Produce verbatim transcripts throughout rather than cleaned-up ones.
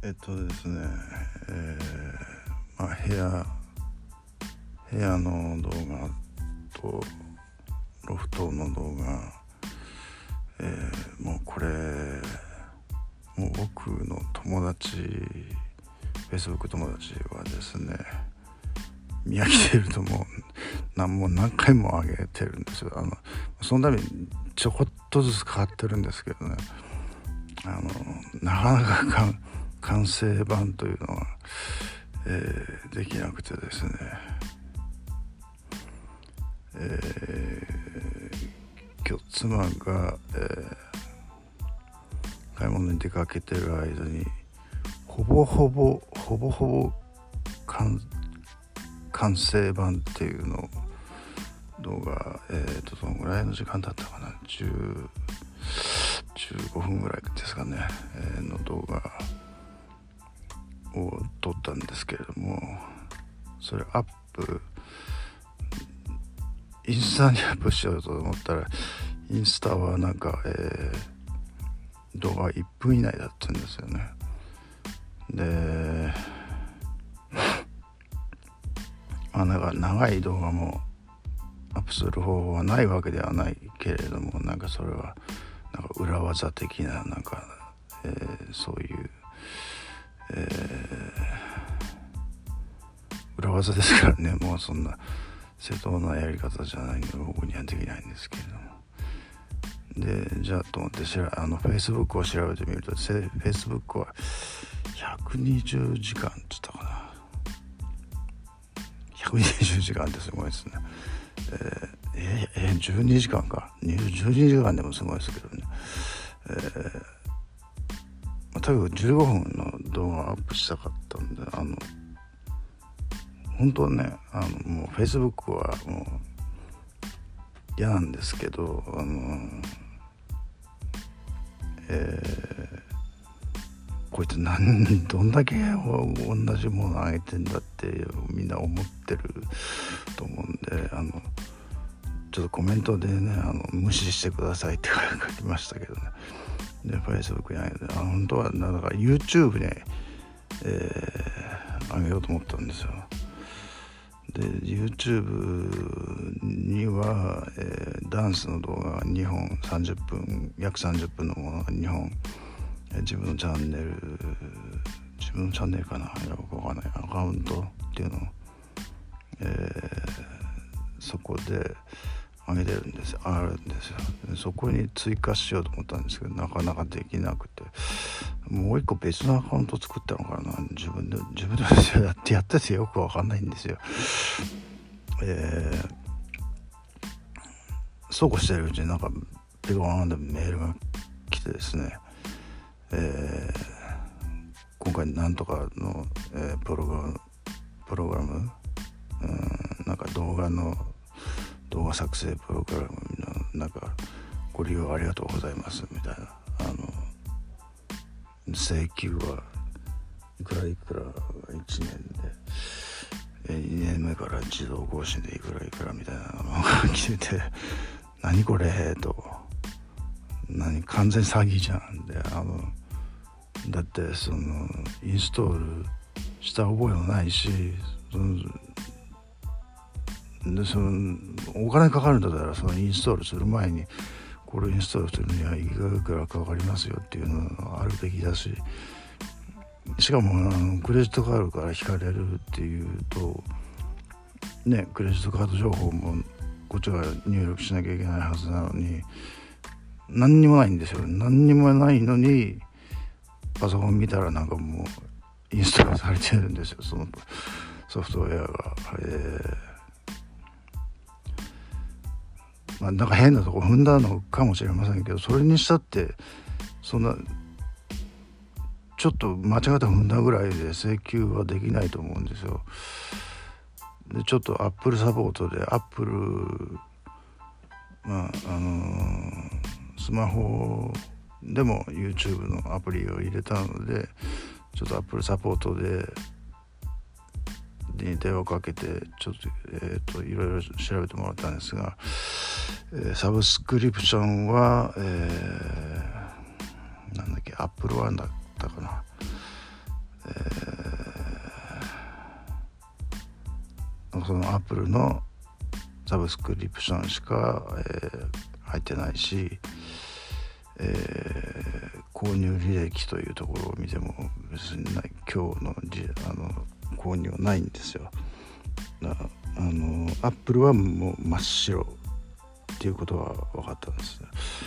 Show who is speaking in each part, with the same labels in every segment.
Speaker 1: えっとですね、えーまあ、部屋部屋の動画とロフトの動画、えー、もうこれもう僕の友達 Facebook 友達はですね、見飽きてるともう何も何回も上げてるんですよ。あのそのためにちょこっとずつ変わってるんですけどね、あのなかなかか完成版というのは、えー、できなくてですね、えー、今日妻が、えー、買い物に出かけてる間にほぼほぼほぼほぼ完完成版っていうのを動画、えーとどのぐらいの時間だったかな、じゅう、じゅうごふんぐらいですかね、えー、の動画を撮ったんですけれども、それアップインスタにアップしようと思ったら、インスタはなんか、えー、動画いっぷん以内だったんですよね。でまあなんか長い動画もアップする方法はないわけではないけれども、なんかそれはなんか裏技的ななんか、えー、そういう、えー、裏技ですからね、もうそんな正当なやり方じゃないので僕にはできないんですけれども、でじゃあと思ってしらあの Facebook を調べてみると Facebook はひゃくにじゅうじかんって言ったかな、ひゃくにじゅうじかんってすごいですね。えー、えー、えー、じゅうにじかんかじゅうにじかんでもすごいですけどね、えーまあ、とにかくじゅうごふんの動画をアップしたかったんで、あの本当はね、あのもう Facebook はもう嫌なんですけど、あのえーこいつ何どんだけ同じものあげてんだってみんな思ってると思うんで、あのちょっとコメントでね、あの無視してくださいって書きましたけどね。で Facebook にあげて、あ本当はだから YouTube に、えー、上げようと思ったんですよ。で YouTube には、えー、ダンスの動画がにほん、さんじゅっぷん約さんじゅっぷんのものがにほん、自分のチャンネル自分のチャンネルかな、よくわかんないアカウントっていうのを、えー、そこで上げてるんです上がるんですよ。でそこに追加しようと思ったんですけど、なかなかできなくて、もう一個別のアカウント作ったのかな、自分で自分でやってやっててよくわかんないんですよ。えー、そうこうしてるうちになんかピローンでメールが来てですね、えー、今回なんとかの、えー、プログラムプログラム、うん、なんか動画の動画作成プログラムのなんかご利用ありがとうございますみたいな、あの請求はいくらいくらいちねんで、えー、にねんめから自動更新でいくらいくらみたいなのが来てて、何これと、何完全詐欺じゃんで、あのだってそのインストールした覚えもないし、そのでそのお金かかるんだったらそのインストールする前にこれインストールするにはいくらかかりますよっていうのがあるべきだし、しかもあのクレジットカードから引かれるっていうとね、クレジットカード情報もこっちが入力しなきゃいけないはずなのに何にもないんですよ。何にもないのにパソコン見たらなんかもうインストールされてるんですよ、そのソフトウェアが。えー、まあなんか変なとこ踏んだのかもしれませんけど、それにしたってそんなちょっと間違った踏んだぐらいで請求はできないと思うんですよ。でちょっとアップルサポートでアップルまああのー、スマホでも YouTube のアプリを入れたので、ちょっと Apple サポートでに電話をかけてちょっと、えー、といろいろ調べてもらったんですが、えー、サブスクリプションは、えー、なんだっけ Apple One だったかな、 ー、そのアップルのサブスクリプションしか、えー、入ってないし、えー、購入履歴というところを見ても別にない今日のあの購入はないんですよ。だあのアップルはもう真っ白っていうことは分かったんです。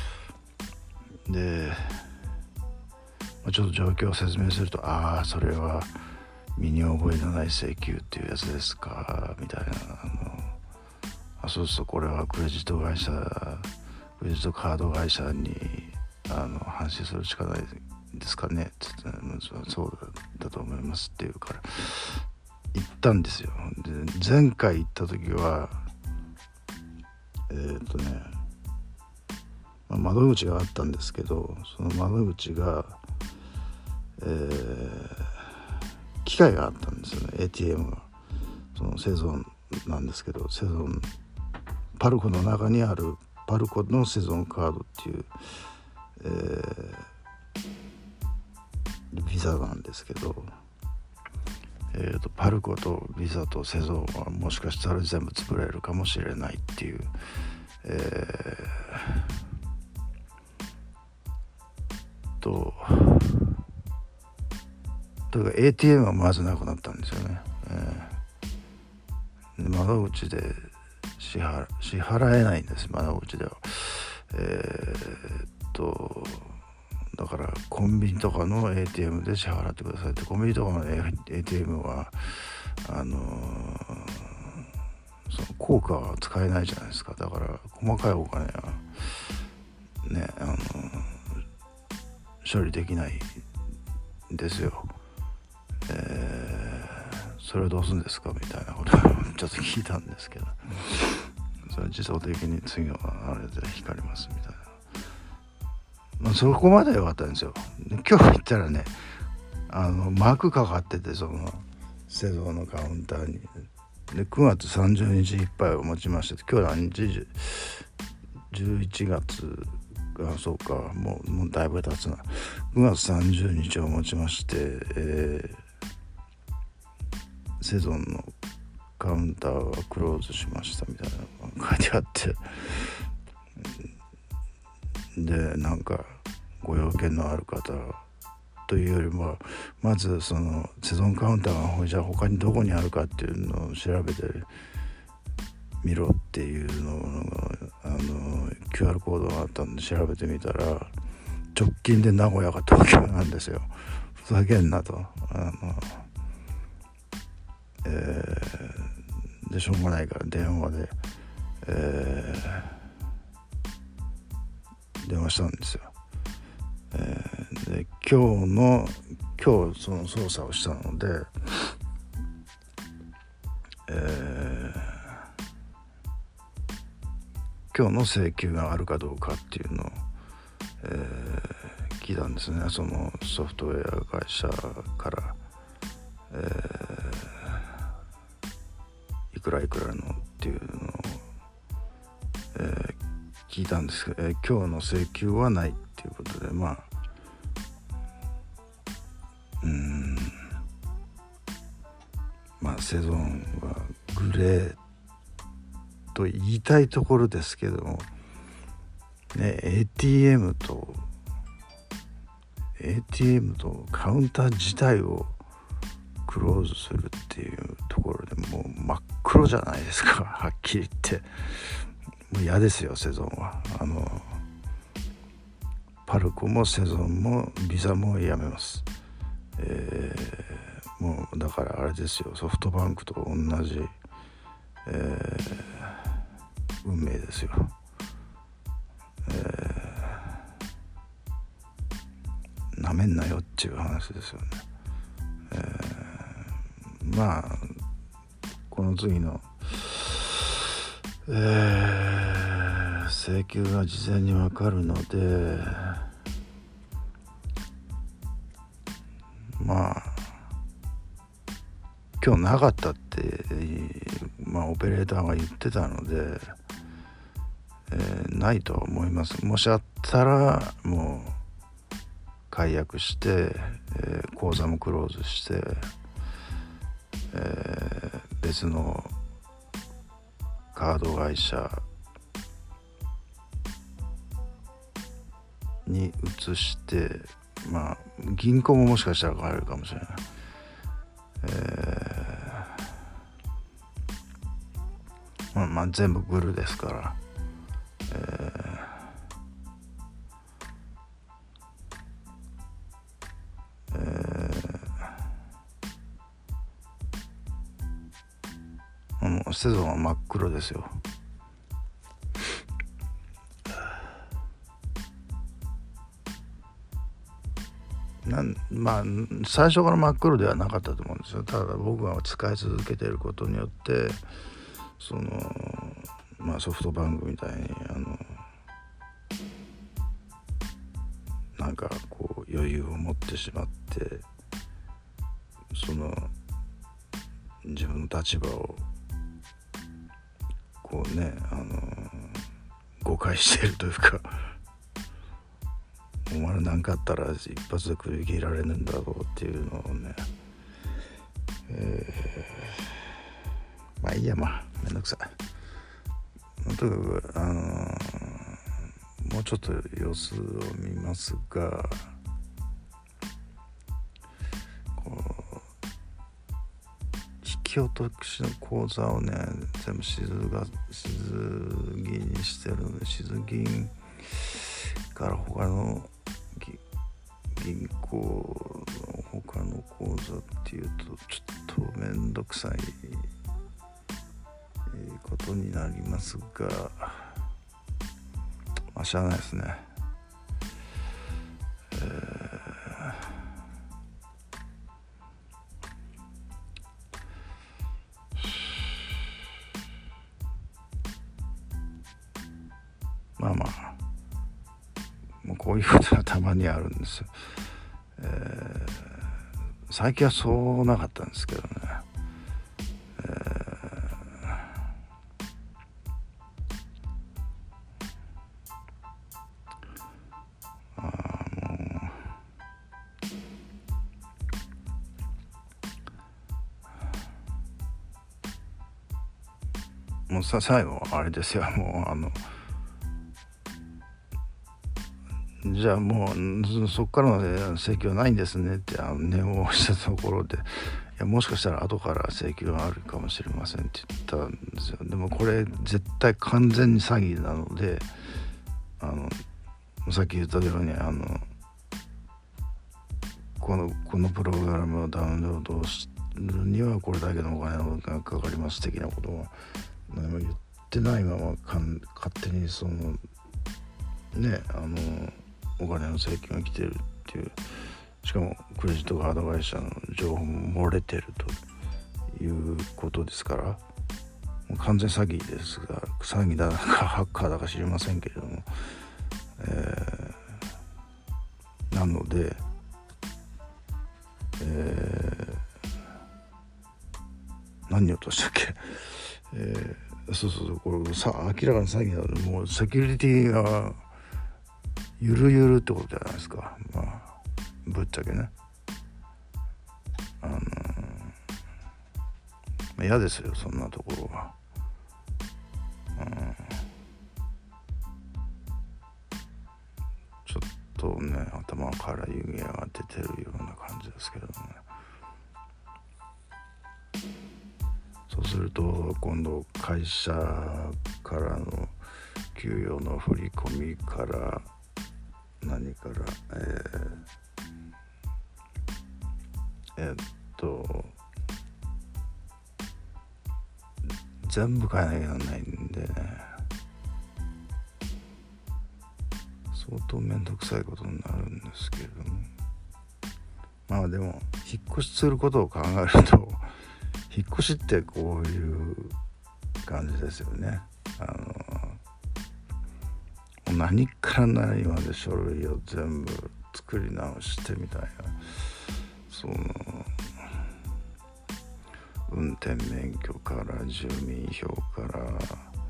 Speaker 1: で、まあ、ちょっと状況を説明すると、ああそれは身に覚えのない請求っていうやつですかみたいな、あのあそうするとこれはクレジット会社クレジットカード会社にあの反省するしかないですかねって言って、そうだと思いますっていうから行ったんですよ。で前回行った時はえー、っとね、まあ、窓口があったんですけど、その窓口が、えー、機械があったんですよね。 エーティーエム がそのセゾンなんですけど、セゾンパルコの中にあるパルコのセゾンカードっていう、えー、ビザなんですけど、えー、とパルコとビザとセゾンはもしかしたら全部潰れるかもしれないっていう、えー、とというか エーティーエム はまずなくなったんですよね。えー、で窓口で支払、支払えないんです。窓口ではえー、っとだからコンビニとかの エーティーエム で支払ってくださいって。コンビニとかの エーティーエム はあのー、その効果は使えないじゃないですか。だから細かいお金はね、あのー、処理できないんですよ。えー、それはどうするんですかみたいなことをちょっと聞いたんですけど、それは自動的に次のあれで光りますみたいな。まあ、そこまでは良かったんですよ。で今日行ったらね、あのマークかかってて、そのセゾンのカウンターにでくがつさんじゅうにちいっぱいを持ちまして、今日何日じゅういちがつ、あそうかもう、もうだいぶ経つな。くがつさんじゅうにちをもちまして、えー、セゾンのカウンターはクローズしましたみたいなのが書いてあって、でなんかご用件のある方というよりも、まずそのセゾンカウンターがじゃあ他にどこにあるかっていうのを調べてみろっていうのがあの キューアール コードがあったんで調べてみたら、直近で名古屋か東京なんですよ。ふざけんなと。あの、えー、でしょうがないから電話で、えー、電話したんですよ。えー、で今日の今日その操作をしたので、えー今日の請求があるかどうかっていうのを、えー、聞いたんですね。そのソフトウェア会社から、えー、いくらいくらのっていうのを、えー、聞いたんですけど、えー、今日の請求はないっていうことで、まあうーんまあセゾンはグレーと言いたいところですけども、ね、エーティーエム と エーティーエム とカウンター自体をクローズするっていうところでもう真っ黒じゃないですか。はっきり言ってもう嫌ですよ。セゾンはあのパルコもセゾンもビザもやめます。えー、もうだからあれですよ、ソフトバンクと同じ、えー運命ですよ。な、えー、めんなよっていう話ですよね。えー、まあこの次の、えー、請求が事前に分かるので、まあ今日なかったって、まあ、オペレーターが言ってたので、えー、ないとは思います。もしあったらも解約して、えー、口座もクローズして、えー、別のカード会社に移して、まあ銀行ももしかしたら変えるかもしれない、えーまあ、まあ全部グルですから、えーえー、もうセゾンは真っ黒ですよ。なんまあ最初から真っ黒ではなかったと思うんですよ。ただ僕が使い続けていることによってその、まあ、ソフトバンクみたいにあのなんかこう余裕を持ってしまってその自分の立場をこうねあの誤解しているというかお前何かあったら一発で首切られるんだろうっていうのをね、えー、まあいいや、まあめんどくさい。とにかくあのー、もうちょっと様子を見ますが、こう引き落としの口座をね全部静が静銀にしてるので、静銀から他の銀行の他の口座っていうとちょっとめんどくさいことになりますが、まあしゃあないですね。えー、まあまあもうこういうことはたまにあるんですよ。えー、最近はそうなかったんですけどね、えー、あもうもうさ最後あれですよ、もうあのじゃあもうそこからの請求はないんですねってあの念を押したところで、いやもしかしたら後から請求があるかもしれませんって言ったんですよ。でもこれ絶対完全に詐欺なので、あのさっき言ったようにあのこのこのプログラムをダウンロードするにはこれだけのお金がかかります的なことは何も言ってないままかん勝手にそのねあのお金の請求が来てるっていう、しかもクレジットカード会社の情報も漏れてるということですから、もう完全詐欺ですが、詐欺だかハッカーだか知りませんけれども、えー、なので、えー、何をとしたっけ、えー、そうそうそう、これさ明らかに詐欺なので、もうセキュリティがゆるゆるってことじゃないですか。まあぶっちゃけね、あのー、嫌ですよそんなところは。うん、ちょっとね頭から湯気が出てるような感じですけどね。そうすると今度会社からの給与の振り込みから何から、えー、えー、っと全部変えなきゃならないんでね、相当めんどくさいことになるんですけれども、まあでも引っ越しすることを考えると引っ越しってこういう感じですよね。あの何から何まで書類を全部作り直してみたいな、その運転免許から住民票から、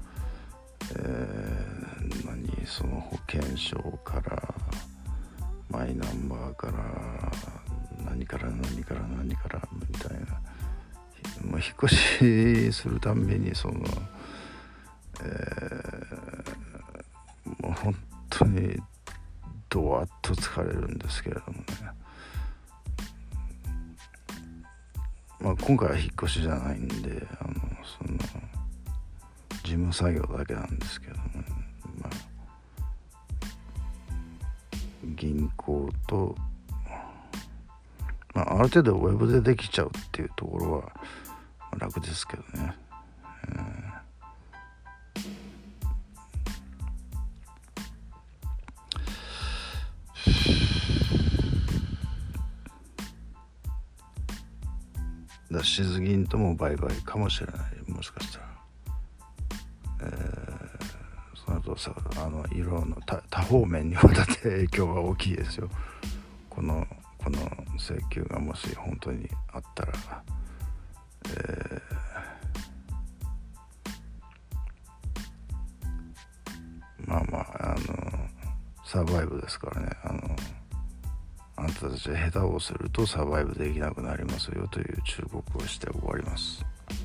Speaker 1: えー、何その保険証からマイナンバーから何から何から何からみたいな、もう引っ越しするたんびにその、えー、もう本当にドワッと疲れるんですけれどもね、まあ、今回は引っ越しじゃないんで、あのその事務作業だけなんですけども、ね、まあ、銀行と、まあ、ある程度ウェブでできちゃうっていうところは楽ですけどね、えー、だしず銀とも売買かもしれない、もしかしたら、えー、その後さ、あのいろんな多, 多方面にわたって影響が大きいですよ。このこの請求がもし本当にあったら、えー、まあまああのサバイブですからね、あのあなたたち下手をするとサバイブできなくなりますよという忠告をして終わります。